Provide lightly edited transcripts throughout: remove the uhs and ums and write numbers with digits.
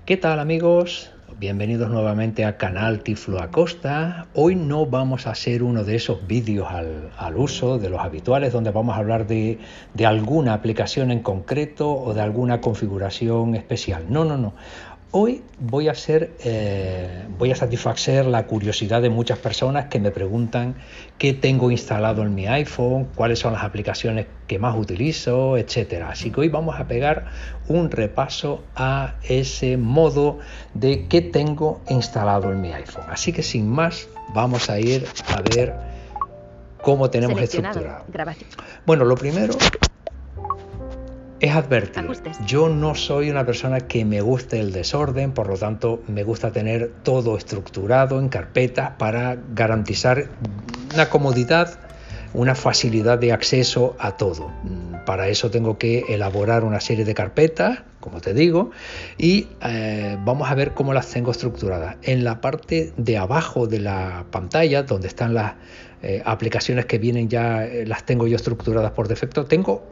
¿Qué tal, amigos? Bienvenidos nuevamente a Canal Tiflo Acosta. Hoy no vamos a hacer uno de esos vídeos al uso de los habituales donde vamos a hablar de alguna aplicación en concreto o de alguna configuración especial. No. Hoy voy a satisfacer la curiosidad de muchas personas que me preguntan qué tengo instalado en mi iPhone, cuáles son las aplicaciones que más utilizo, etcétera. Así que hoy vamos a pegar un repaso a ese modo de qué tengo instalado en mi iPhone. Así que sin más, vamos a ir a ver cómo tenemos estructurado. Bueno, lo primero es advertir, yo no soy una persona que me guste el desorden, por lo tanto me gusta tener todo estructurado en carpetas para garantizar una comodidad, una facilidad de acceso a todo. Para eso tengo que elaborar una serie de carpetas, como te digo, y vamos a ver cómo las tengo estructuradas. En la parte de abajo de la pantalla, donde están las aplicaciones que vienen ya, las tengo yo estructuradas por defecto, tengo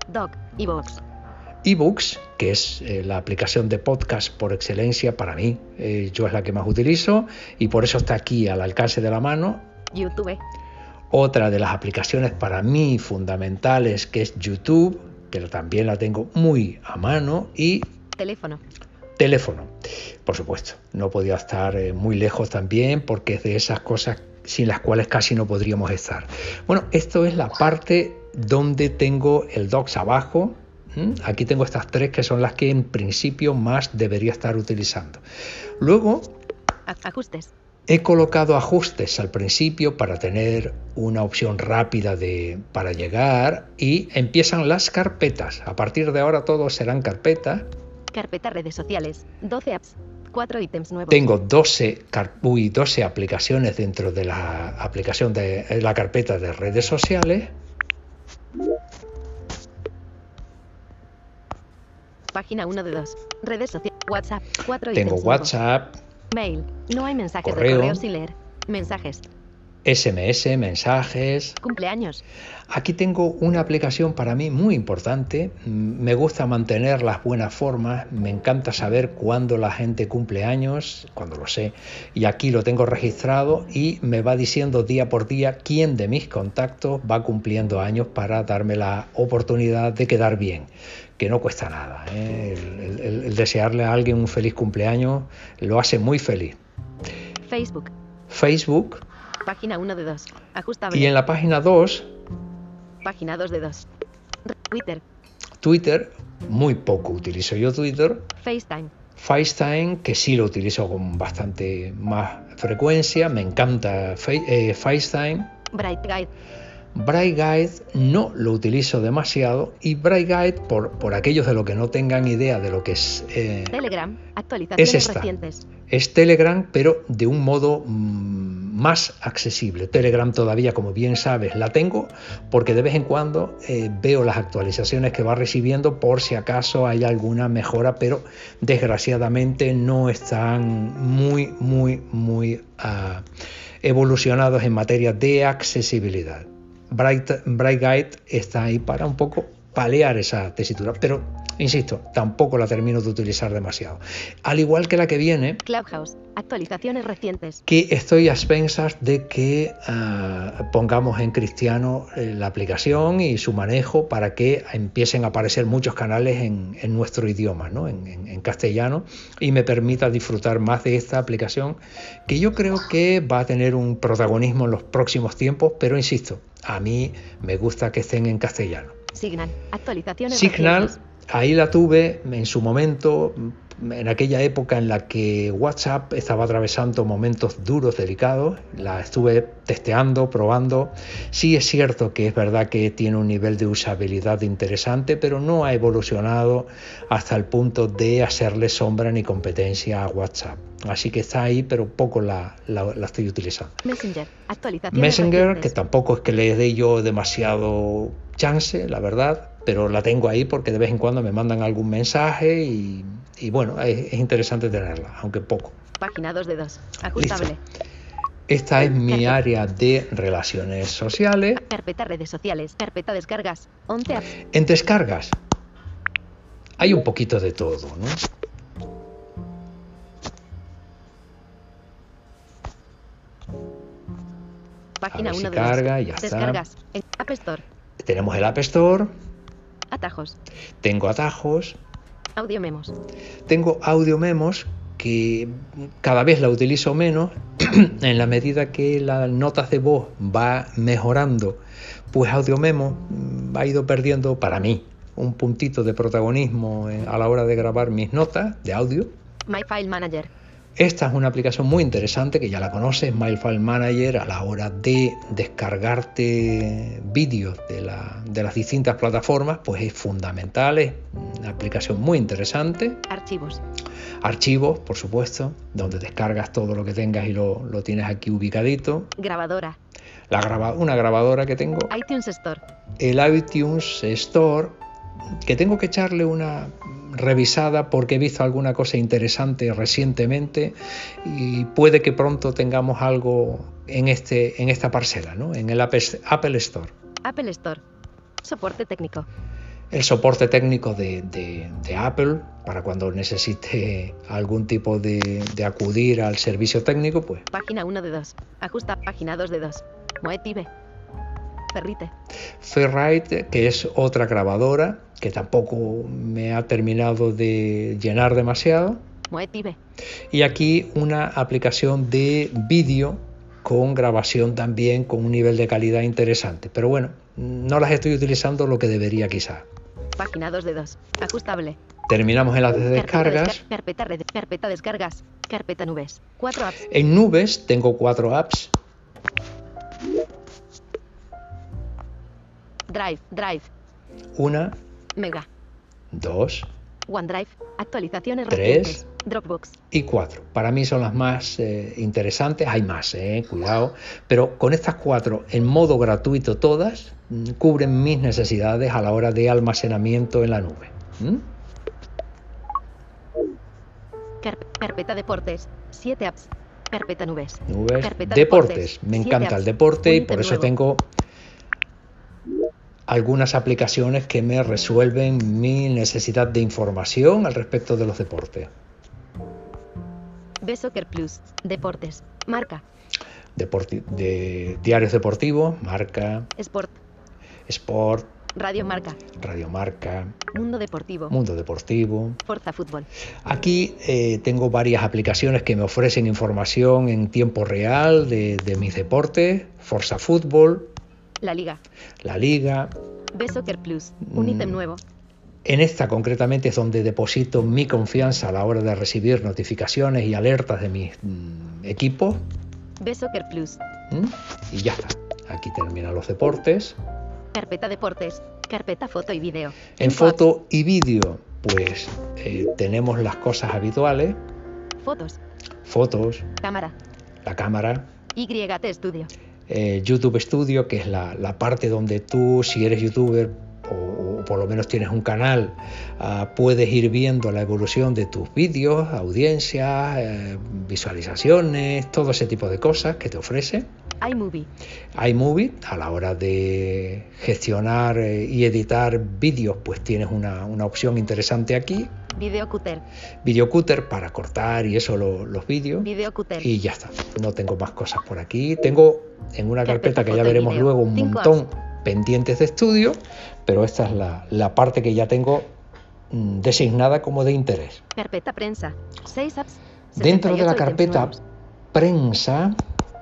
eBooks, que es la aplicación de podcast por excelencia para mí. Yo es la que más utilizo y por eso está aquí al alcance de la mano. YouTube. Otra de las aplicaciones para mí fundamentales, que es YouTube, que también la tengo muy a mano. Y teléfono, por supuesto. No podía estar muy lejos también, porque es de esas cosas sin las cuales casi no podríamos estar. Bueno, esto es la parte donde tengo el Docs abajo. Aquí tengo estas tres que son las que en principio más debería estar utilizando. Luego ajustes. He colocado ajustes al principio para tener una opción rápida para llegar, y empiezan las carpetas. A partir de ahora todos serán carpetas. Carpeta redes sociales, 12 apps, 4 ítems nuevos. Tengo 12 aplicaciones dentro de la aplicación de la carpeta de redes sociales. Página 1 de 2. Redes sociales. WhatsApp. 4 Tengo ítems WhatsApp. Nuevos. Mail. No hay mensajes correo, de correo sin leer. Mensajes. SMS, mensajes. Cumpleaños. Aquí tengo una aplicación para mí muy importante. Me gusta mantener las buenas formas. Me encanta saber cuándo la gente cumple años, cuando lo sé. Y aquí lo tengo registrado y me va diciendo día por día quién de mis contactos va cumpliendo años para darme la oportunidad de quedar bien. Que no cuesta nada, ¿eh? El desearle a alguien un feliz cumpleaños lo hace muy feliz. Facebook. Página 1 de 2. Ajustable. Y en la página 2. Página 2 de 2. Twitter. Muy poco utilizo yo Twitter. FaceTime, que sí lo utilizo con bastante más frecuencia. Me encanta FaceTime. Bright Guide no lo utilizo demasiado, y Bright Guide, por aquellos de los que no tengan idea de lo que es Telegram, actualizaciones recientes. Es Telegram, pero de un modo más accesible. Telegram todavía, como bien sabes, la tengo porque de vez en cuando veo las actualizaciones que va recibiendo por si acaso hay alguna mejora, pero desgraciadamente no están muy evolucionados en materia de accesibilidad. Bright Guide está ahí para un poco paliar esa tesitura, pero insisto, tampoco la termino de utilizar demasiado. Al igual que la que viene, Clubhouse, actualizaciones recientes. Que estoy a expensas de que pongamos en cristiano la aplicación y su manejo para que empiecen a aparecer muchos canales en nuestro idioma, ¿no? en castellano, y me permita disfrutar más de esta aplicación, que yo creo que va a tener un protagonismo en los próximos tiempos, pero insisto, a mí me gusta que estén en castellano. Signal, actualizaciones recientes. Ahí la tuve en su momento, en aquella época en la que WhatsApp estaba atravesando momentos duros, delicados. La estuve testeando, probando. Sí es cierto que es verdad que tiene un nivel de usabilidad interesante, pero no ha evolucionado hasta el punto de hacerle sombra ni competencia a WhatsApp. Así que está ahí, pero poco la estoy utilizando. Messenger, que tampoco es que le dé yo demasiado chance, la verdad, pero la tengo ahí porque de vez en cuando me mandan algún mensaje y bueno, es interesante tenerla, aunque poco. Página 2 de 2. Ajustable. Listo. Esta es mi área de relaciones sociales. Carpeta redes sociales. Carpeta descargas. 11 apps. En descargas hay un poquito de todo, ¿no? Página A ver 1 si de carga, 2. ya está. Descargas. En App Store. Tenemos el App Store, Atajos. tengo atajos, Audio memos. tengo audio memos que cada vez la utilizo menos en la medida que las notas de voz va mejorando, pues audio memo ha ido perdiendo para mí un puntito de protagonismo a la hora de grabar mis notas de audio. My File Manager. Esta es una aplicación muy interesante que ya la conoces, My File Manager, a la hora de descargarte vídeos de las distintas plataformas, pues es fundamental, es una aplicación muy interesante. Archivos. Archivos, por supuesto, donde descargas todo lo que tengas y lo tienes aquí ubicadito. Grabadora. Una grabadora que tengo, iTunes Store. el iTunes Store, que tengo que echarle una revisada porque he visto alguna cosa interesante recientemente y puede que pronto tengamos algo en esta parcela, ¿no? En el Apple Store. Apple Store. Soporte técnico. El soporte técnico de Apple para cuando necesite algún tipo de acudir al servicio técnico, pues. Página 1 de 2. Ajusta página 2 de 2. Moetive. Ferrite. Ferrite, que es otra grabadora que tampoco me ha terminado de llenar demasiado. Moetive. Y aquí una aplicación de vídeo con grabación también con un nivel de calidad interesante. Pero bueno, no las estoy utilizando lo que debería quizás. Página 2 de 2. Ajustable. Terminamos en las de descargas. Carpeta descargas. Carpeta nubes. 4 apps. En nubes tengo 4 apps. Drive. Una, Mega. 2 OneDrive. Actualizaciones 3 recientes. Dropbox. y 4. Para mí son las más interesantes. Hay más, cuidado. Pero con estas 4 en modo gratuito todas cubren mis necesidades a la hora de almacenamiento en la nube. Carpeta deportes. 7 apps. Carpeta nubes. Nubes. Carpeta Deportes. Me 7 encanta el apps. deporte y Un ítem por eso nuevo. tengo algunas aplicaciones que me resuelven mi necesidad de información al respecto de los deportes. Soccer Plus. Deportes. Marca. De diarios deportivos, marca, Sport. Sport, Radio Marca. Radiomarca, Mundo Deportivo. Mundo Deportivo. Forza Fútbol. Aquí tengo varias aplicaciones que me ofrecen información en tiempo real de mis deportes, Forza Fútbol, La Liga. la Liga. Soccer Plus. Un ítem nuevo. En esta concretamente es donde deposito mi confianza a la hora de recibir notificaciones y alertas de mis equipos. Soccer Plus. Y ya está. Aquí terminan los deportes. Carpeta deportes. Carpeta foto y video. En 5 apps. foto y vídeo, pues tenemos las cosas habituales. Fotos. Fotos, Cámara. la cámara, YT Studio. YouTube Studio, que es la parte donde tú, si eres youtuber o por lo menos tienes un canal, puedes ir viendo la evolución de tus vídeos, audiencias, visualizaciones, todo ese tipo de cosas que te ofrece. iMovie. iMovie, a la hora de gestionar y editar vídeos, pues tienes una opción interesante aquí. VideoCutter. VideoCutter para cortar y eso los vídeos. VideoCutter. Y ya está. No tengo más cosas por aquí. Tengo en una carpeta que ya foto y veremos video. luego un 5 montón pendientes de estudio, pero esta es la parte que ya tengo designada como de interés. Carpeta prensa. 6 apps. Dentro de la 78 ítems carpeta nuevos. prensa,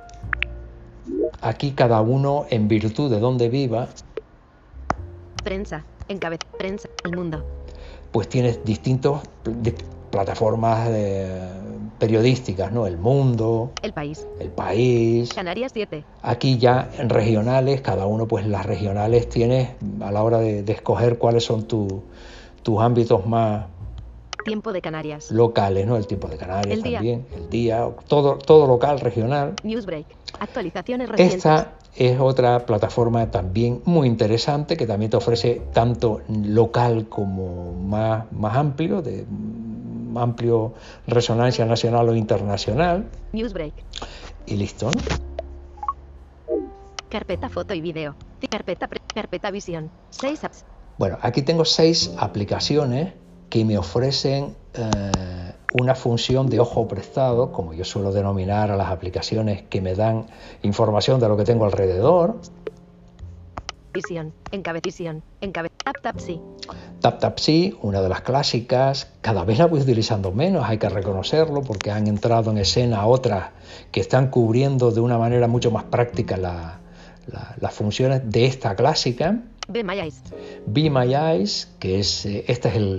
aquí cada uno en virtud de donde viva, Prensa. Prensa. El mundo. pues tienes distintas plataformas periodísticas, ¿no? El Mundo, El país. El País. Canarias 7. Aquí ya en regionales, cada uno pues las regionales tienes a la hora de escoger cuáles son tus ámbitos más Tiempo de Canarias. locales, ¿no? El tiempo de Canarias El día. también, el día, todo local, regional. Newsbreak. Actualizaciones recientes. Esta es otra plataforma también muy interesante que también te ofrece tanto local como más amplio, de amplio resonancia nacional o internacional. Newsbreak. Y listo, ¿no? Carpeta foto y video. Carpeta visión. 6 apps. Bueno, aquí tengo 6 aplicaciones que me ofrecen una función de ojo prestado, como yo suelo denominar a las aplicaciones que me dan información de lo que tengo alrededor. Visión, TapTapSee. TapTapSee, una de las clásicas, cada vez la voy utilizando menos, hay que reconocerlo, porque han entrado en escena otras que están cubriendo de una manera mucho más práctica las funciones de esta clásica. Be My Eyes. Be My Eyes, que es esta es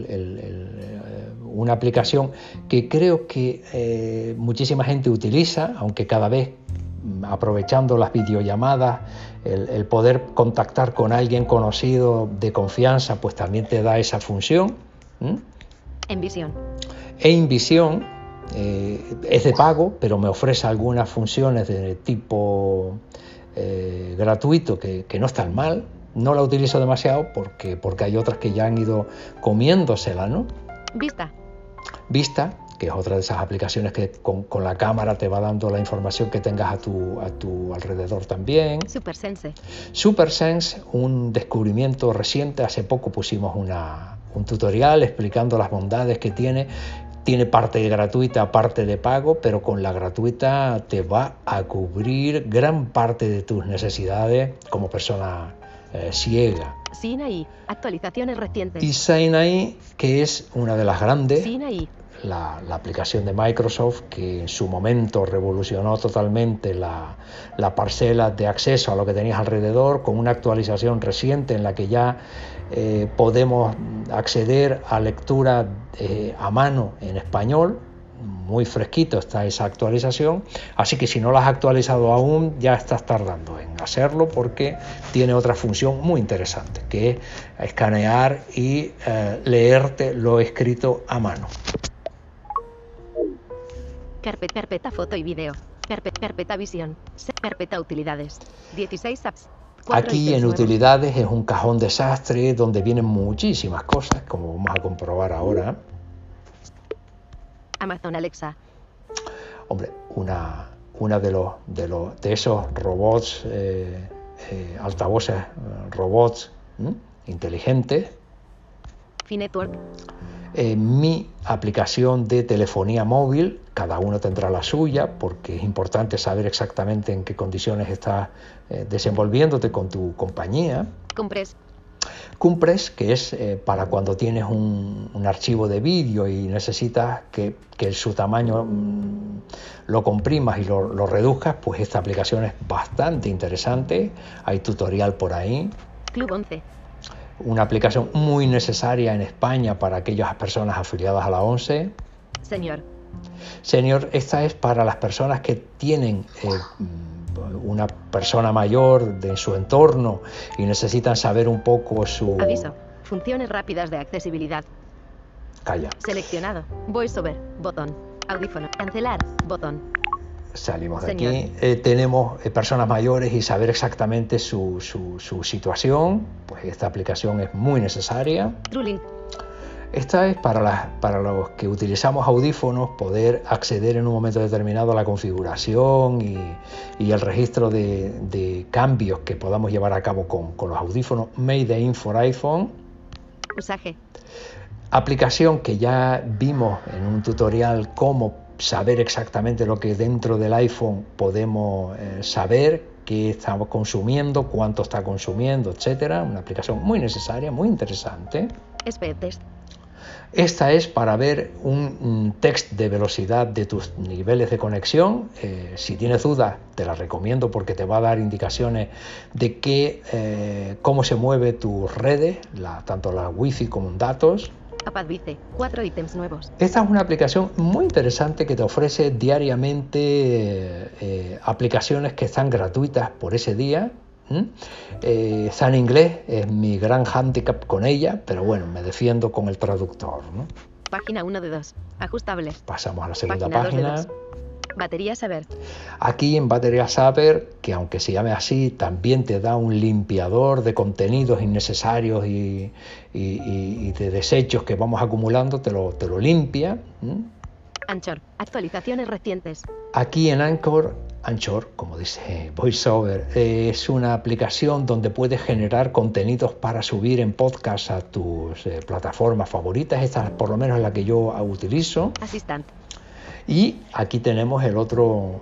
una aplicación que creo que muchísima gente utiliza, aunque cada vez aprovechando las videollamadas, el poder contactar con alguien conocido de confianza, pues también te da esa función. Envision. Envision es de pago, pero me ofrece algunas funciones de tipo gratuito que no están mal. No la utilizo demasiado porque hay otras que ya han ido comiéndosela, ¿no? Vista, que es otra de esas aplicaciones que con la cámara te va dando la información que tengas a tu alrededor también. SuperSense, un descubrimiento reciente. Hace poco pusimos un tutorial explicando las bondades que tiene. Tiene parte gratuita, parte de pago, pero con la gratuita te va a cubrir gran parte de tus necesidades como persona ciega. Sinaí, actualizaciones recientes. Y Sinaí, que es una de las grandes, Sinaí. La aplicación de Microsoft, que en su momento revolucionó totalmente la parcela de acceso a lo que tenías alrededor, con una actualización reciente en la que ya podemos acceder a lectura a mano en español. Muy fresquito está esa actualización, así que si no la has actualizado aún, ya estás tardando en hacerlo, porque tiene otra función muy interesante, que es escanear y leerte lo escrito a mano. Carpeta foto y video. Carpeta visión. Carpeta utilidades. 16 apps. Aquí en utilidades es un cajón desastre donde vienen muchísimas cosas, como vamos a comprobar ahora. Amazon Alexa. Hombre, una de esos robots, altavoces, robots inteligentes. Finetwork. Mi aplicación de telefonía móvil, cada uno tendrá la suya, porque es importante saber exactamente en qué condiciones estás desenvolviéndote con tu compañía. Compress, que es para cuando tienes un archivo de vídeo y necesitas que su tamaño lo comprimas y lo reduzcas, pues esta aplicación es bastante interesante. Hay tutorial por ahí. Club 11. Una aplicación muy necesaria en España para aquellas personas afiliadas a la ONCE. Senior, esta es para las personas que tienen una persona mayor de su entorno y necesitan saber un poco su... Aviso. Funciones rápidas de accesibilidad. Calla. Seleccionado. VoiceOver. Botón. Audífono. Cancelar. Botón. Salimos de aquí. Tenemos personas mayores y saber exactamente su situación. Pues esta aplicación es muy necesaria. TrueLink. Esta es para los que utilizamos audífonos, poder acceder en un momento determinado a la configuración y el registro de cambios que podamos llevar a cabo con los audífonos Made in for iPhone. Usaje. Aplicación que ya vimos en un tutorial, cómo saber exactamente lo que dentro del iPhone podemos saber, qué estamos consumiendo, cuánto está consumiendo, etcétera. Una aplicación muy necesaria, muy interesante. Speedtest. Esta es para ver un test de velocidad de tus niveles de conexión. Si tienes dudas, te la recomiendo porque te va a dar indicaciones de cómo se mueve tus redes, tanto la Wi-Fi como datos. Apadvice, 4 ítems nuevos. Esta es una aplicación muy interesante que te ofrece diariamente aplicaciones que están gratuitas por ese día. Está en inglés, es mi gran hándicap con ella, pero bueno, me defiendo con el traductor, ¿no? Página 1 de 2. Ajustable. Pasamos a la segunda página. Batería Saver. Aquí en Batería Saver, que aunque se llame así, también te da un limpiador de contenidos innecesarios y de desechos que vamos acumulando, te lo limpia. Anchor. Actualizaciones recientes. Aquí en Anchor, como dice VoiceOver, es una aplicación donde puedes generar contenidos para subir en podcast a tus plataformas favoritas. Esta es por lo menos la que yo utilizo. Assistant. Y aquí tenemos el otro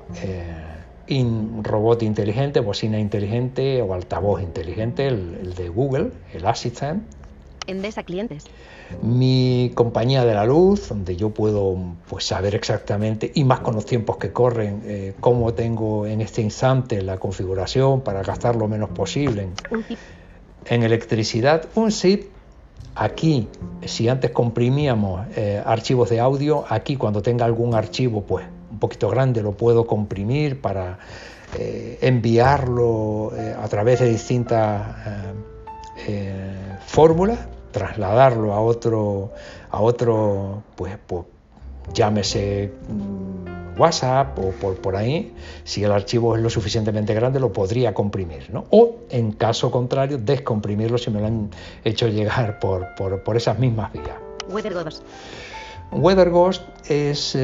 robot inteligente, bocina inteligente o altavoz inteligente, el de Google, el Assistant. Endesa clientes. Mi compañía de la luz, donde yo puedo pues saber exactamente, y más con los tiempos que corren, cómo tengo en este instante la configuración para gastar lo menos posible en electricidad. Un zip, aquí, si antes comprimíamos archivos de audio, aquí cuando tenga algún archivo pues un poquito grande lo puedo comprimir para enviarlo a través de distintas fórmulas, trasladarlo a otro pues llámese WhatsApp o por ahí. Si el archivo es lo suficientemente grande lo podría comprimir, ¿no? O en caso contrario descomprimirlo si me lo han hecho llegar por esas mismas vías. WeatherGhost. WeatherGhost es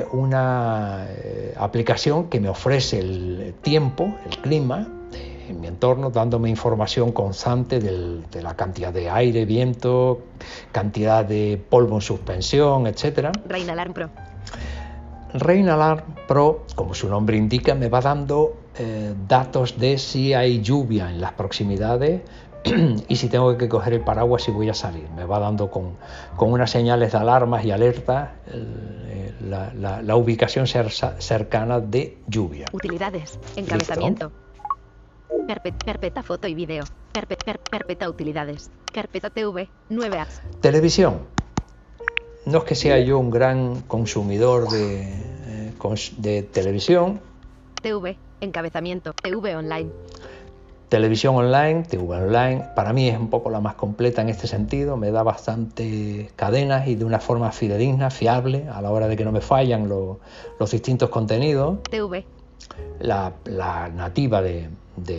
una aplicación que me ofrece el tiempo, el clima en mi entorno, dándome información constante de la cantidad de aire, viento, cantidad de polvo en suspensión, etc. Rain Alarm Pro. Rain Alarm Pro, como su nombre indica, me va dando datos de si hay lluvia en las proximidades y si tengo que coger el paraguas si voy a salir. Me va dando con unas señales de alarmas y alertas la ubicación cercana de lluvia. Utilidades. Encabezamiento. Carpeta foto y video. Carpeta utilidades. Carpeta TV. 9 apps. Televisión. No es que sea yo un gran consumidor de televisión. TV. Encabezamiento. TV online. Televisión online, TV online, para mí es un poco la más completa en este sentido, me da bastantes cadenas y de una forma fidedigna, fiable, a la hora de que no me fallan los distintos contenidos. TV. La nativa en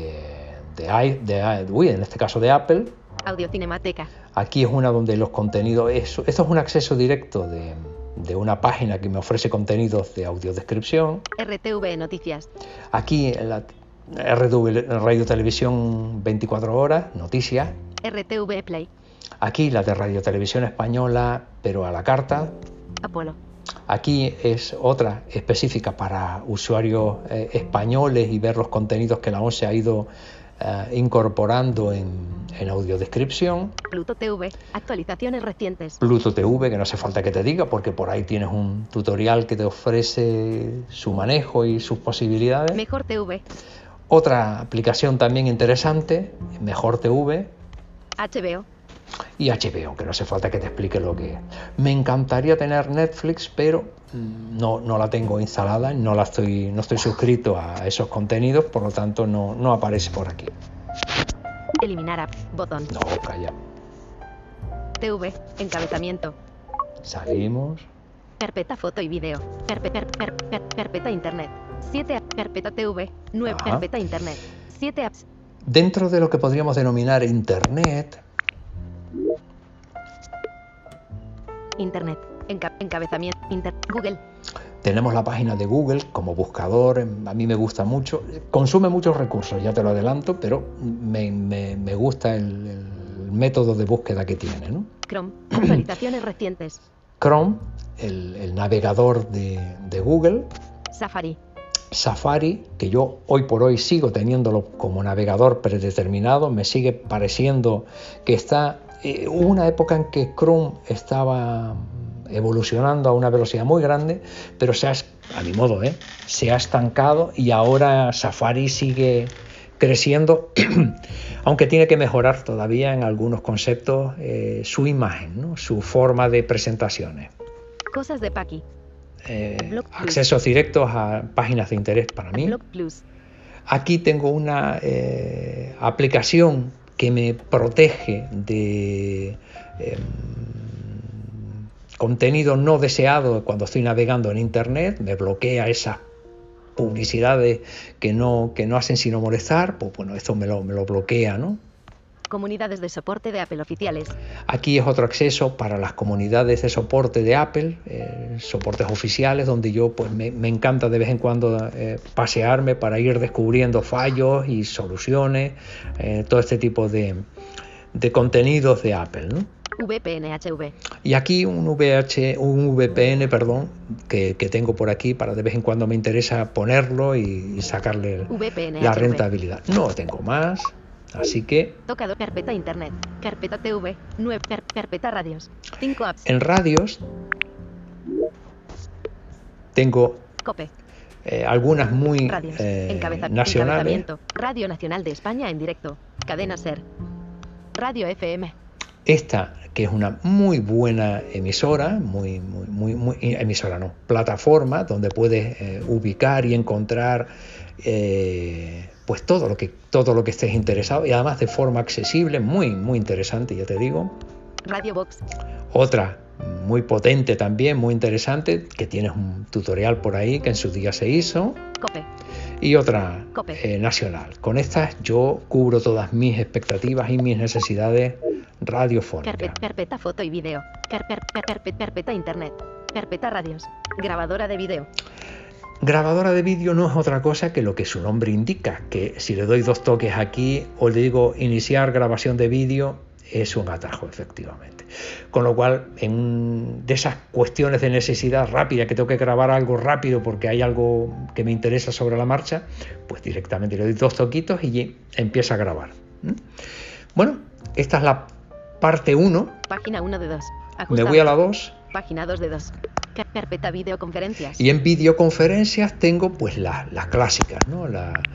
este caso de Apple. Audio Cinemateca. Aquí es una donde los contenidos, esto es un acceso directo de una página que me ofrece contenidos de audiodescripción. RTV Noticias. Aquí la Radio Televisión 24 horas, noticias. RTV Play. Aquí la de Radio Televisión Española, pero a la carta. Apolo. Aquí es otra específica para usuarios españoles y ver los contenidos que la ONCE ha ido incorporando en audiodescripción. Pluto TV, actualizaciones recientes. Pluto TV, que no hace falta que te diga, porque por ahí tienes un tutorial que te ofrece su manejo y sus posibilidades. Mejor TV. Otra aplicación también interesante, Mejor TV. HBO. Y HBO, que no hace falta que te explique lo que es. Me encantaría tener Netflix, pero no la tengo instalada, no estoy suscrito a esos contenidos, por lo tanto no aparece por aquí. Eliminar app, botón. No, calla. TV, encabezamiento. Salimos. Carpeta foto y video. Carpeta internet. 7 apps. Carpeta TV. 9. Ajá. Carpeta internet. 7 apps. Dentro de lo que podríamos denominar Internet. Internet. Encabezamiento. Google. Tenemos la página de Google como buscador, a mí me gusta mucho, consume muchos recursos, ya te lo adelanto, pero me gusta el método de búsqueda que tiene, ¿no? Chrome. Actualizaciones recientes. Chrome, el navegador de Google. Safari, que yo hoy por hoy sigo teniéndolo como navegador predeterminado, me sigue pareciendo que está... Hubo una época en que Chrome estaba evolucionando a una velocidad muy grande, pero a mi modo, se ha estancado y ahora Safari sigue creciendo, aunque tiene que mejorar todavía en algunos conceptos su imagen, ¿no? Su forma de presentaciones. Cosas de Paqui. Accesos directos a páginas de interés para mí. Blog Plus. Aquí tengo una aplicación que me protege de contenido no deseado cuando estoy navegando en internet, me bloquea esas publicidades que no hacen sino molestar, pues bueno, esto me lo bloquea, ¿no? Comunidades de soporte de Apple oficiales. Aquí es otro acceso para las comunidades de soporte de Apple, soportes oficiales, donde yo pues me encanta de vez en cuando pasearme para ir descubriendo fallos y soluciones, todo este tipo de contenidos de Apple, ¿no? VPNHV. Y aquí un VPN, perdón, que tengo por aquí para de vez en cuando me interesa ponerlo y sacarle la rentabilidad. No tengo más. Así que... Tocado carpeta internet, carpeta TV, 9 carpeta radios, 5 apps. En radios tengo Cope. Algunas muy nacionales. Radio Nacional de España en directo, cadena SER, Radio FM. Esta, que es una muy buena emisora, plataforma donde puedes ubicar y encontrar pues todo lo que estés interesado, y además de forma accesible, muy interesante, ya te digo. Radio Box. Otra muy potente también, muy interesante, que tienes un tutorial por ahí que en su día se hizo. Cope. Y otra nacional. Con estas yo cubro todas mis expectativas y mis necesidades radiofónicas. Carpeta foto y video. Carpeta internet. Carpeta radios. Grabadora de video. Grabadora de vídeo no es otra cosa que lo que su nombre indica, que si le doy 2 toques aquí o le digo iniciar grabación de vídeo, es un atajo, efectivamente. Con lo cual, de esas cuestiones de necesidad rápida, que tengo que grabar algo rápido porque hay algo que me interesa sobre la marcha, pues directamente le doy 2 toquitos y empieza a grabar. Bueno, esta es la parte 1. Página 1 de 2. Me voy a la 2. Página 2 de 2. Carpeta videoconferencias. Y en videoconferencias tengo pues las clásicas, ¿no?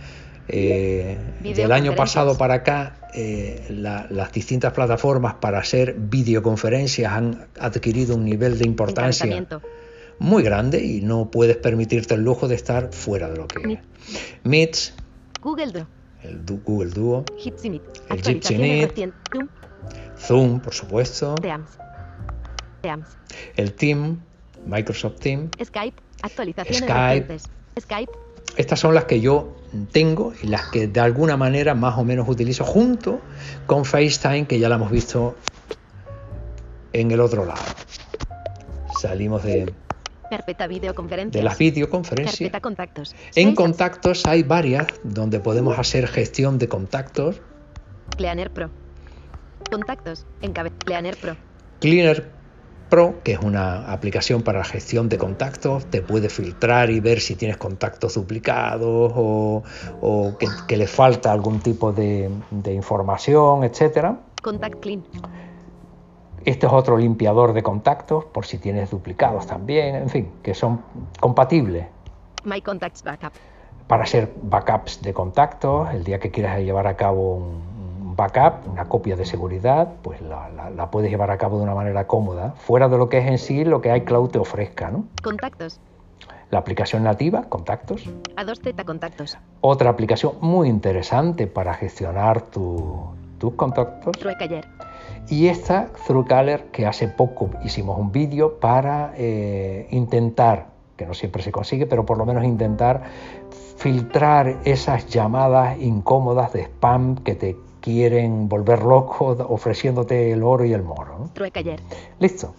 Del año pasado para acá, las distintas plataformas para hacer videoconferencias han adquirido un nivel de importancia muy grande y no puedes permitirte el lujo de estar fuera de lo que es. Meet, Google Duo, el Google Duo, Jitsi Meet, el Jitsi Meet, Zoom, por supuesto, Teams, el Team, Microsoft Team, Skype, actualizaciones recientes, Skype. Estas son las que yo tengo y las que de alguna manera más o menos utilizo junto con FaceTime, que ya la hemos visto en el otro lado. Salimos de las videoconferencias. Contactos. En contactos hay varias donde podemos hacer gestión de contactos. Cleaner Pro. Contactos. Cleaner Pro. Cleaner Pro, que es una aplicación para la gestión de contactos, te puede filtrar y ver si tienes contactos duplicados o que le falta algún tipo de información, etcétera. Contact Clean. Este es otro limpiador de contactos, por si tienes duplicados también, en fin, que son compatibles. My Contacts Backup. Para hacer backups de contactos, el día que quieras llevar a cabo un backup, una copia de seguridad, pues la puedes llevar a cabo de una manera cómoda, fuera de lo que es en sí lo que iCloud te ofrezca, ¿no? Contactos. La aplicación nativa, Contactos. A2Z Contactos. Otra aplicación muy interesante para gestionar tus contactos. Truecaller. Y esta, Truecaller, que hace poco hicimos un vídeo para intentar, que no siempre se consigue, pero por lo menos intentar filtrar esas llamadas incómodas de spam que te quieren volver loco ofreciéndote el oro y el moro, ¿no? Truecaller. Listo.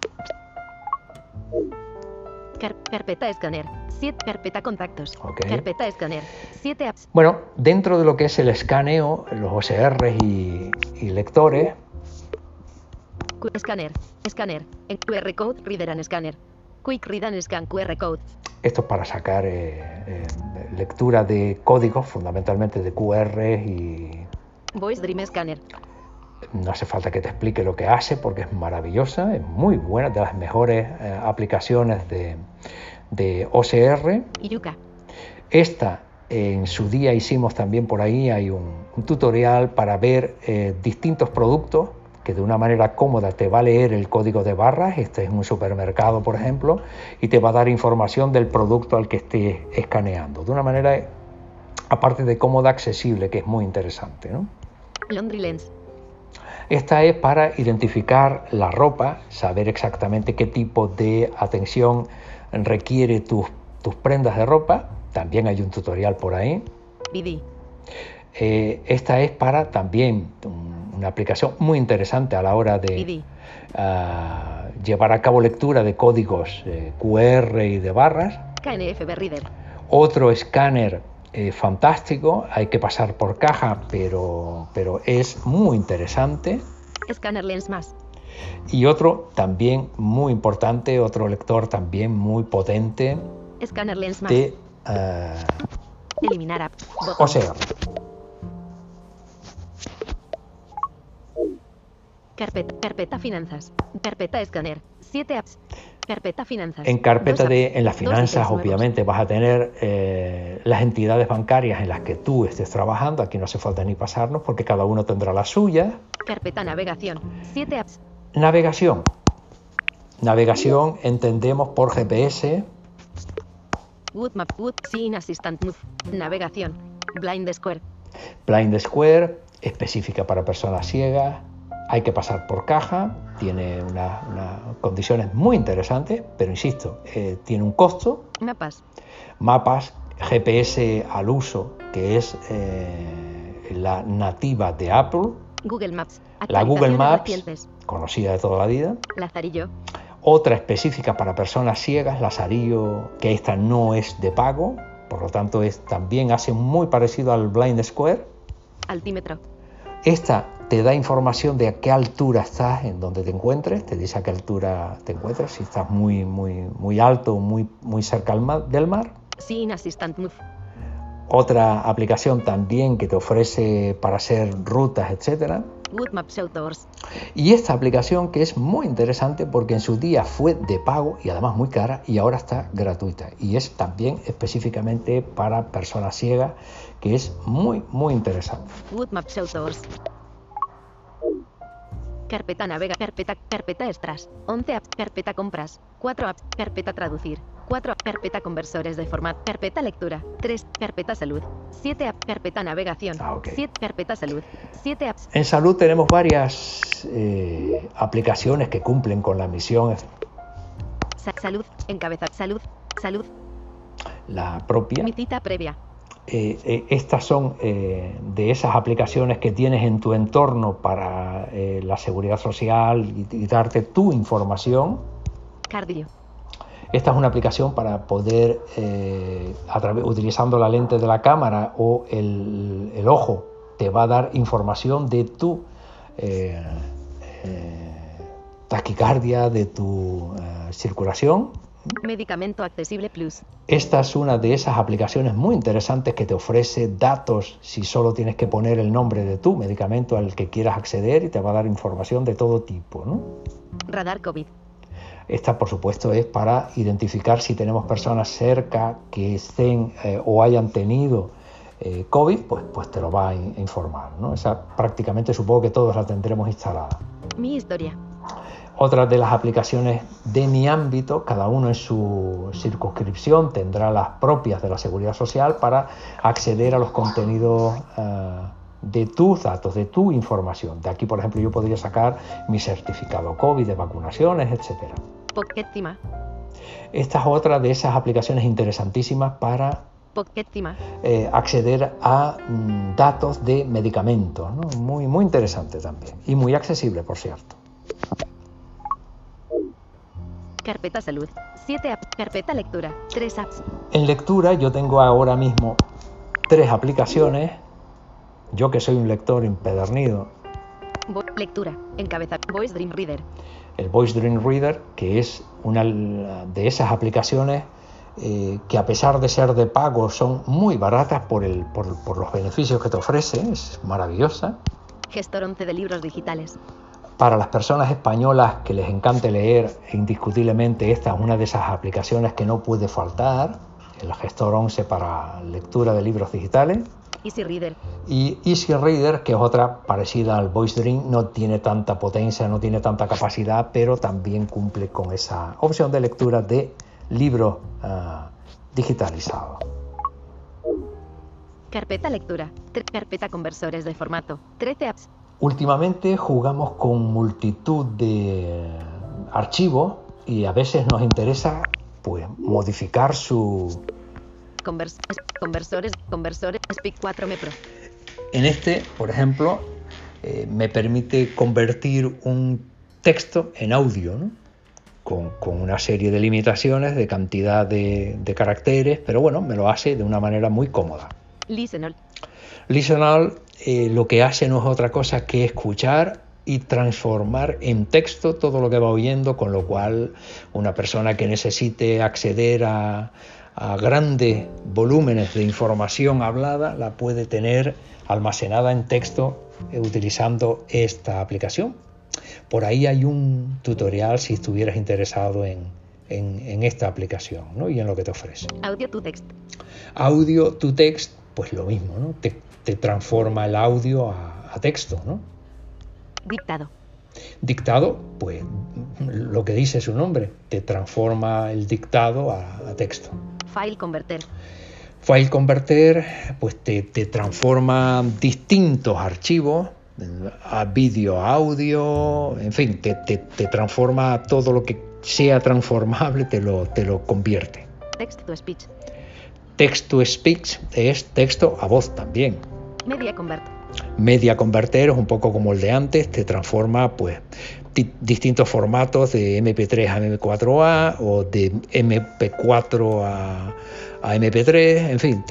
Carpeta escáner. 7 carpeta contactos. Okay. Carpeta escáner. 7 apps. Bueno, dentro de lo que es el escaneo, los OSR y lectores. Escáner. En QR Code, Reader and Scanner. Quick Read and Scan QR Code. Esto es para sacar lectura de códigos, fundamentalmente de QR y... Voice Dream Scanner. No hace falta que te explique lo que hace porque es maravillosa, es muy buena, de las mejores aplicaciones de OCR. Yuka. Esta, en su día hicimos también por ahí, hay un tutorial para ver distintos productos que de una manera cómoda te va a leer el código de barras. Este es un supermercado, por ejemplo, y te va a dar información del producto al que estés escaneando, de una manera, aparte de cómoda, accesible, que es muy interesante, ¿no? Laundry Lens. Esta es para identificar la ropa, saber exactamente qué tipo de atención requiere tus prendas de ropa. También hay un tutorial por ahí. BD. Esta es para también una aplicación muy interesante a la hora de ID. llevar a cabo lectura de códigos QR y de barras. KNFB Reader. Otro escáner fantástico, hay que pasar por caja, pero es muy interesante. Escáner Lens Más. Y otro también muy importante, otro lector también muy potente Escáner Lens Más. de Eliminar app. Botón. OCR. Carpeta Finanzas. Carpeta Escáner. 7 apps. Carpeta Finanzas. En carpeta 2 apps. en las 2 finanzas, ítems nuevos. obviamente, vas a tener las entidades bancarias en las que tú estés trabajando. Aquí no hace falta ni pasarnos porque cada uno tendrá la suya. Carpeta Navegación. 7 apps. Navegación. Navegación entendemos por GPS, Wood Map. Wood Scene Assistant Move. Navegación. Blind Square. Blind Square, específica para personas ciegas. Hay que pasar por caja, tiene unas condiciones muy interesantes, pero insisto, tiene un costo. Mapas. Mapas, GPS al uso, que es la nativa de Apple. Google Maps. La Google Actualizaciones Maps, recientes. conocida de toda la vida. Lazarillo. Otra específica para personas ciegas, Lazarillo, que esta no es de pago, por lo tanto también hace muy parecido al Blind Square. Altímetro. Esta te da información de a qué altura estás en donde te encuentres, te dice a qué altura te encuentras, si estás muy alto, muy cerca del mar. Scene Assistant Move. Otra aplicación también que te ofrece para hacer rutas, etcétera. Wood Maps Outdoors. Y esta aplicación que es muy interesante porque en su día fue de pago y además muy cara y ahora está gratuita. Y es también específicamente para personas ciegas, que es muy interesante. Wood Maps Outdoors. Carpeta Navega. Carpeta Extras. 11 apps. Carpeta Compras. 4 apps. Carpeta Traducir. 4 apps. Carpeta Conversores de formato. Carpeta Lectura. 3. Carpeta Salud. 7 apps. Carpeta Navegación. Ok. 7. Carpeta Salud. 7 apps. En salud tenemos varias aplicaciones que cumplen con la misión, Salud. Encabeza. Salud. Salud. la propia. Mi cita previa. Estas son de esas aplicaciones que tienes en tu entorno para la seguridad social y darte tu información. Cardio. Esta es una aplicación para poder, utilizando la lente de la cámara o el ojo, te va a dar información de tu taquicardia, de tu circulación. Medicamento Accesible Plus. Esta es una de esas aplicaciones muy interesantes que te ofrece datos si solo tienes que poner el nombre de tu medicamento al que quieras acceder y te va a dar información de todo tipo, ¿no? Radar COVID. Esta, por supuesto, es para identificar si tenemos personas cerca que estén o hayan tenido COVID, pues te lo va a informar, ¿no? Esa prácticamente supongo que todos la tendremos instalada. Mi historia. Otra de las aplicaciones de mi ámbito, cada uno en su circunscripción tendrá las propias de la seguridad social para acceder a los contenidos de tus datos, de tu información. De aquí, por ejemplo, yo podría sacar mi certificado COVID de vacunaciones, etcétera. Pocketima. Esta es otra de esas aplicaciones interesantísimas para Pocketima. acceder a datos de medicamentos, ¿no? Muy interesante también y muy accesible, por cierto. Carpeta Salud. 7 apps. Carpeta Lectura. 3 apps. En lectura yo tengo ahora mismo 3 aplicaciones. Yo que soy un lector empedernido. Lectura. Encabeza. Voice Dream Reader. El Voice Dream Reader, que es una de esas aplicaciones que a pesar de ser de pago son muy baratas por los beneficios que te ofrece. Es maravillosa. Gestor 11 de libros digitales. Para las personas españolas que les encante leer, indiscutiblemente esta es una de esas aplicaciones que no puede faltar, el Gestor 11 para lectura de libros digitales. Easy Reader. Y Easy Reader, que es otra parecida al Voice Dream, no tiene tanta potencia, no tiene tanta capacidad, pero también cumple con esa opción de lectura de libros digitalizados. Carpeta Lectura. Carpeta Conversores de formato. 13 apps. Últimamente jugamos con multitud de archivos y a veces nos interesa pues modificar su... Conversores. Speak 4 Me Pro. En este, por ejemplo, me permite convertir un texto en audio, ¿no? Con una serie de limitaciones de cantidad de caracteres, pero bueno, me lo hace de una manera muy cómoda. Listen All. Listen All lo que hace no es otra cosa que escuchar y transformar en texto todo lo que va oyendo, con lo cual una persona que necesite acceder a grandes volúmenes de información hablada la puede tener almacenada en texto utilizando esta aplicación. Por ahí hay un tutorial si estuvieras interesado en esta aplicación, ¿no? Y en lo que te ofrece. Audio to text. Audio to text, pues lo mismo, ¿no? Te transforma el audio a texto, ¿no? Dictado. Dictado, pues lo que dice su nombre, te transforma el dictado a texto. File converter. File converter, pues te transforma distintos archivos a vídeo, audio, en fin, te transforma todo lo que sea transformable, te lo convierte. Text to speech. Text to speech es texto a voz también. Media convert. Media converter es un poco como el de antes, te transforma pues distintos formatos de MP3 a MP4A o de MP4 a MP3, en fin,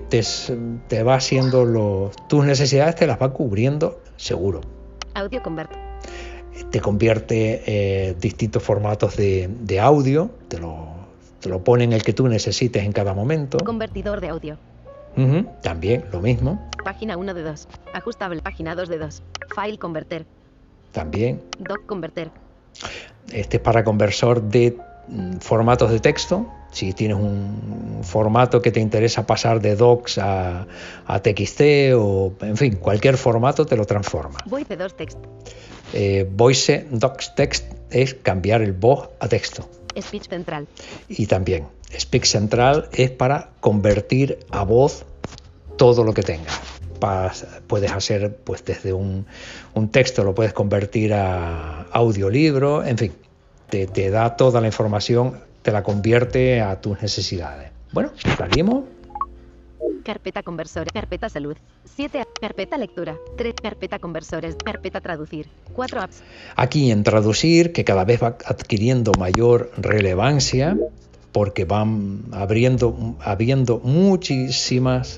te va haciendo tus necesidades, te las va cubriendo seguro. Audio convert. Te convierte distintos formatos de audio, te lo pone en el que tú necesites en cada momento. Convertidor de audio. También lo mismo. Página 1 de 2. Ajustable. Página 2 de 2. File converter. También. Doc converter. Este es para conversor de formatos de texto. Si tienes un formato que te interesa pasar de docs a TXT o, en fin, cualquier formato te lo transforma. Voice 2 text. Voice docs text es cambiar el voz a texto. Speech central. Y también Speech central es para convertir a voz todo lo que tengas. Puedes hacer, pues desde un texto lo puedes convertir a audiolibro, en fin, te da toda la información, te la convierte a tus necesidades. Bueno, salimos. Carpeta conversores, carpeta salud, 7 carpeta lectura, 3 carpeta conversores, carpeta traducir, 4 apps. Aquí en traducir, que cada vez va adquiriendo mayor relevancia, porque van habiendo muchísimas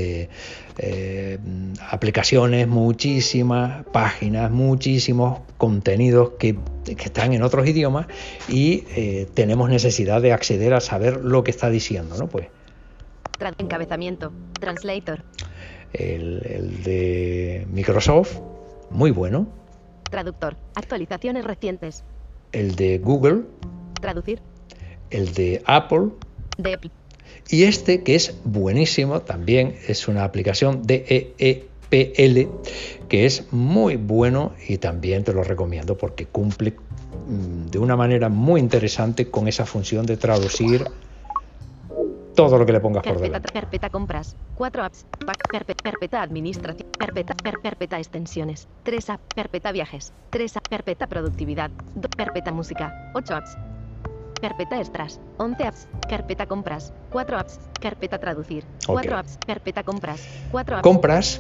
aplicaciones, muchísimas páginas, muchísimos contenidos que están en otros idiomas y tenemos necesidad de acceder a saber lo que está diciendo, ¿no? Pues encabezamiento, translator. El de Microsoft, muy bueno. Traductor, actualizaciones recientes. El de Google. Traducir. El de Apple. De Apple. Y este, que es buenísimo, también es una aplicación de DEPL, que es muy bueno y también te lo recomiendo porque cumple de una manera muy interesante con esa función de traducir todo lo que le pongas por delante. Carpeta compras, 4 apps, carpeta administración, carpeta extensiones, 3 apps, carpeta viajes, 3 apps, carpeta productividad, carpeta música, 8 apps. Carpeta extras, 11 apps, carpeta compras, 4 apps, carpeta traducir, 4 apps, carpeta compras, 4 apps. Compras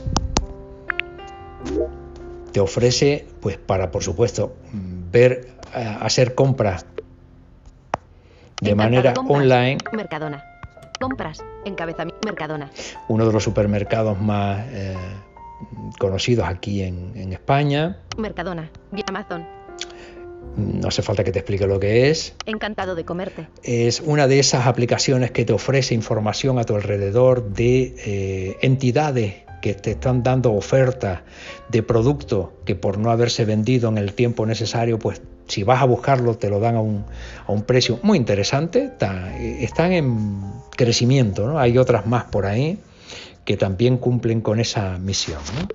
te ofrece, pues para, por supuesto, hacer compras de manera online. Mercadona. Compras, encabezamiento, Mercadona. Uno de los supermercados más conocidos aquí en España. Mercadona, vía Amazon. No hace falta que te explique lo que es. Encantado de comerte. Es una de esas aplicaciones que te ofrece información a tu alrededor de entidades que te están dando ofertas de productos que por no haberse vendido en el tiempo necesario, pues si vas a buscarlo te lo dan a un precio muy interesante. Están en crecimiento, ¿no? Hay otras más por ahí que también cumplen con esa misión, ¿no?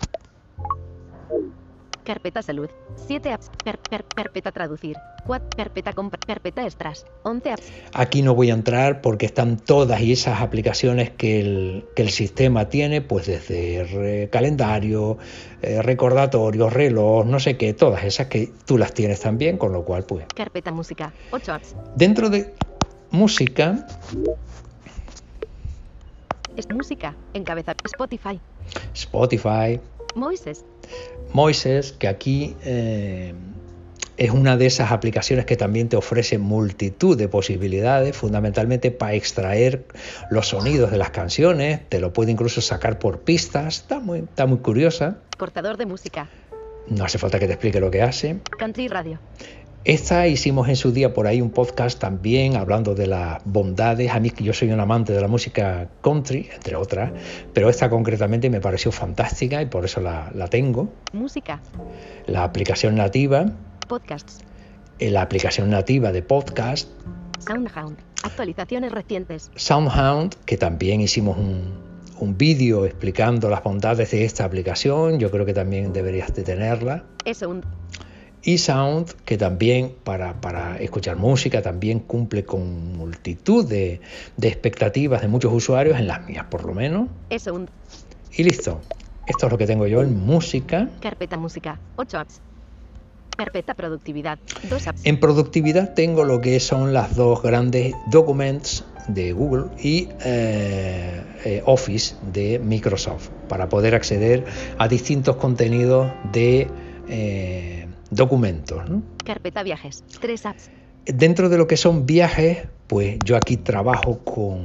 Carpeta salud, 7 apps, carpeta traducir, 4 carpeta compra, carpeta extras, 11 apps. Aquí no voy a entrar porque están todas y esas aplicaciones que el sistema tiene, pues desde calendario, recordatorios, reloj, no sé qué, todas esas que tú las tienes también, con lo cual pues... Carpeta música, 8 apps. Dentro de música... Es música, encabeza Spotify. Spotify. Moises. Moises, que aquí es una de esas aplicaciones que también te ofrece multitud de posibilidades, fundamentalmente para extraer los sonidos de las canciones, te lo puede incluso sacar por pistas, está muy curiosa. Cortador de música. No hace falta que te explique lo que hace. Country Radio. Esta hicimos en su día por ahí un podcast también hablando de las bondades. A mí, que yo soy un amante de la música country, entre otras, pero esta concretamente me pareció fantástica y por eso la tengo. Música. La aplicación nativa. Podcasts. La aplicación nativa de podcast. Soundhound. Actualizaciones recientes. Soundhound, que también hicimos un vídeo explicando las bondades de esta aplicación. Yo creo que también deberías de tenerla. eSound. eSound, que también para escuchar música también cumple con multitud de expectativas de muchos usuarios, en las mías por lo menos. eSound. Y listo. Esto es lo que tengo yo en música. Carpeta música. 8 apps. Carpeta productividad. 2 apps. En productividad tengo lo que son las dos grandes Documents de Google y Office de Microsoft, para poder acceder a distintos contenidos de documentos, ¿no? Carpeta viajes. 3 apps. Dentro de lo que son viajes, pues yo aquí trabajo con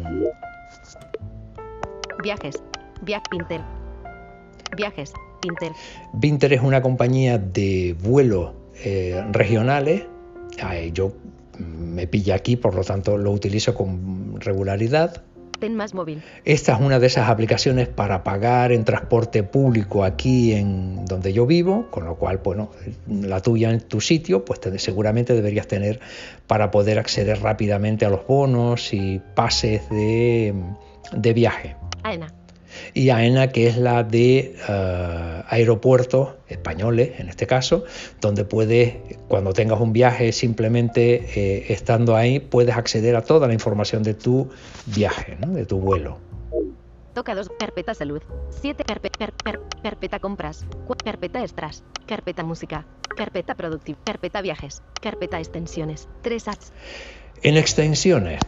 Viajes. Pinter. Viajes. Pinter. Vinter, es una compañía de vuelos regionales. Yo me pilla aquí, por lo tanto lo utilizo con regularidad. Ten Más Móvil. Esta es una de esas aplicaciones para pagar en transporte público aquí en donde yo vivo, con lo cual, bueno, la tuya en tu sitio, pues seguramente deberías tener para poder acceder rápidamente a los bonos y pases de viaje. AENA. Y AENA, que es la de aeropuertos españoles, en este caso, donde puedes, cuando tengas un viaje, simplemente estando ahí, puedes acceder a toda la información de tu viaje, ¿no? De tu vuelo. Toca 2. Carpeta salud. 7. Carpeta compras. Carpeta extras. Carpeta música. Carpeta productiva. Carpeta viajes. Carpeta extensiones. 3 apps. En extensiones.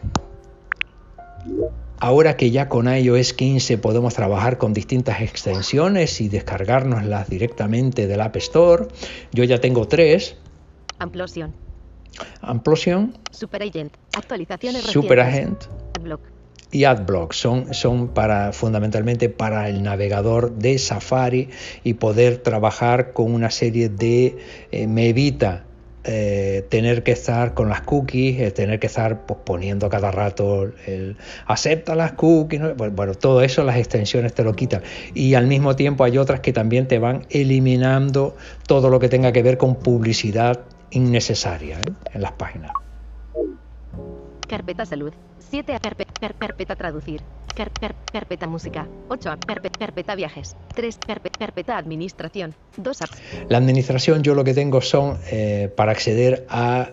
Ahora que ya con iOS 15 podemos trabajar con distintas extensiones y descargárnoslas directamente del App Store, yo ya tengo 3. Amplosion. Amplosion, Superagent. Actualizaciones recientes. Superagent Adblock. y AdBlock son fundamentalmente para el navegador de Safari y poder trabajar con una serie de me evita tener que estar con las cookies, tener que estar pues, poniendo cada rato el acepta las cookies, ¿no? Bueno, todo eso las extensiones te lo quitan, y al mismo tiempo hay otras que también te van eliminando todo lo que tenga que ver con publicidad innecesaria en las páginas. Carpeta salud. 7. Carpeta traducir. Carpeta música. 8. Carpeta viajes. 3. Carpeta administración. 2 apps. La administración, yo lo que tengo son para acceder a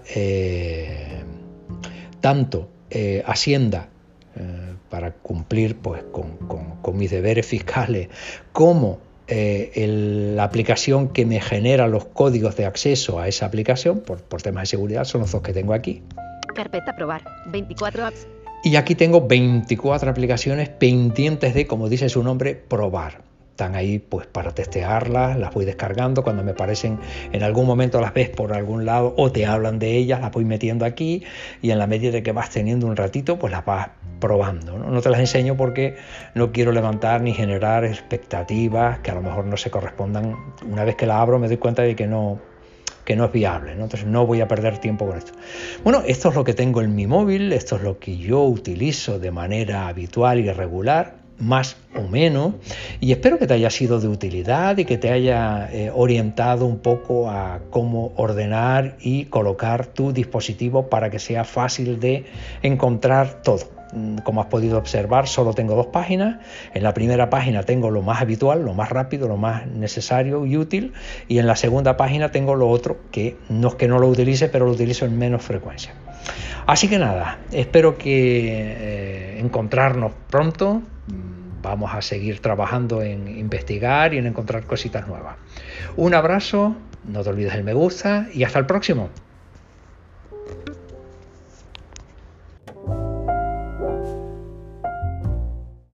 tanto Hacienda, para cumplir pues con mis deberes fiscales, como la aplicación que me genera los códigos de acceso a esa aplicación por temas de seguridad. Son los dos que tengo aquí. Carpeta probar. 24 apps. Y aquí tengo 24 aplicaciones pendientes de, como dice su nombre, probar. Están ahí pues para testearlas, las voy descargando. Cuando me parecen, en algún momento las ves por algún lado o te hablan de ellas, las voy metiendo aquí, y en la medida de que vas teniendo un ratito, pues las vas probando, ¿no? No te las enseño porque no quiero levantar ni generar expectativas que a lo mejor no se correspondan. Una vez que la abro me doy cuenta de que no es viable, ¿no? Entonces no voy a perder tiempo con esto. Bueno, esto es lo que tengo en mi móvil, esto es lo que yo utilizo de manera habitual y regular, más o menos, y espero que te haya sido de utilidad y que te haya orientado un poco a cómo ordenar y colocar tu dispositivo para que sea fácil de encontrar todo. Como has podido observar, solo tengo 2 páginas. En la primera página tengo lo más habitual, lo más rápido, lo más necesario y útil, y en la segunda página tengo lo otro que no es que no lo utilice, pero lo utilizo en menos frecuencia. Así que nada, espero que encontrarnos pronto. Vamos a seguir trabajando en investigar y en encontrar cositas nuevas. Un abrazo, no te olvides del me gusta y hasta el próximo.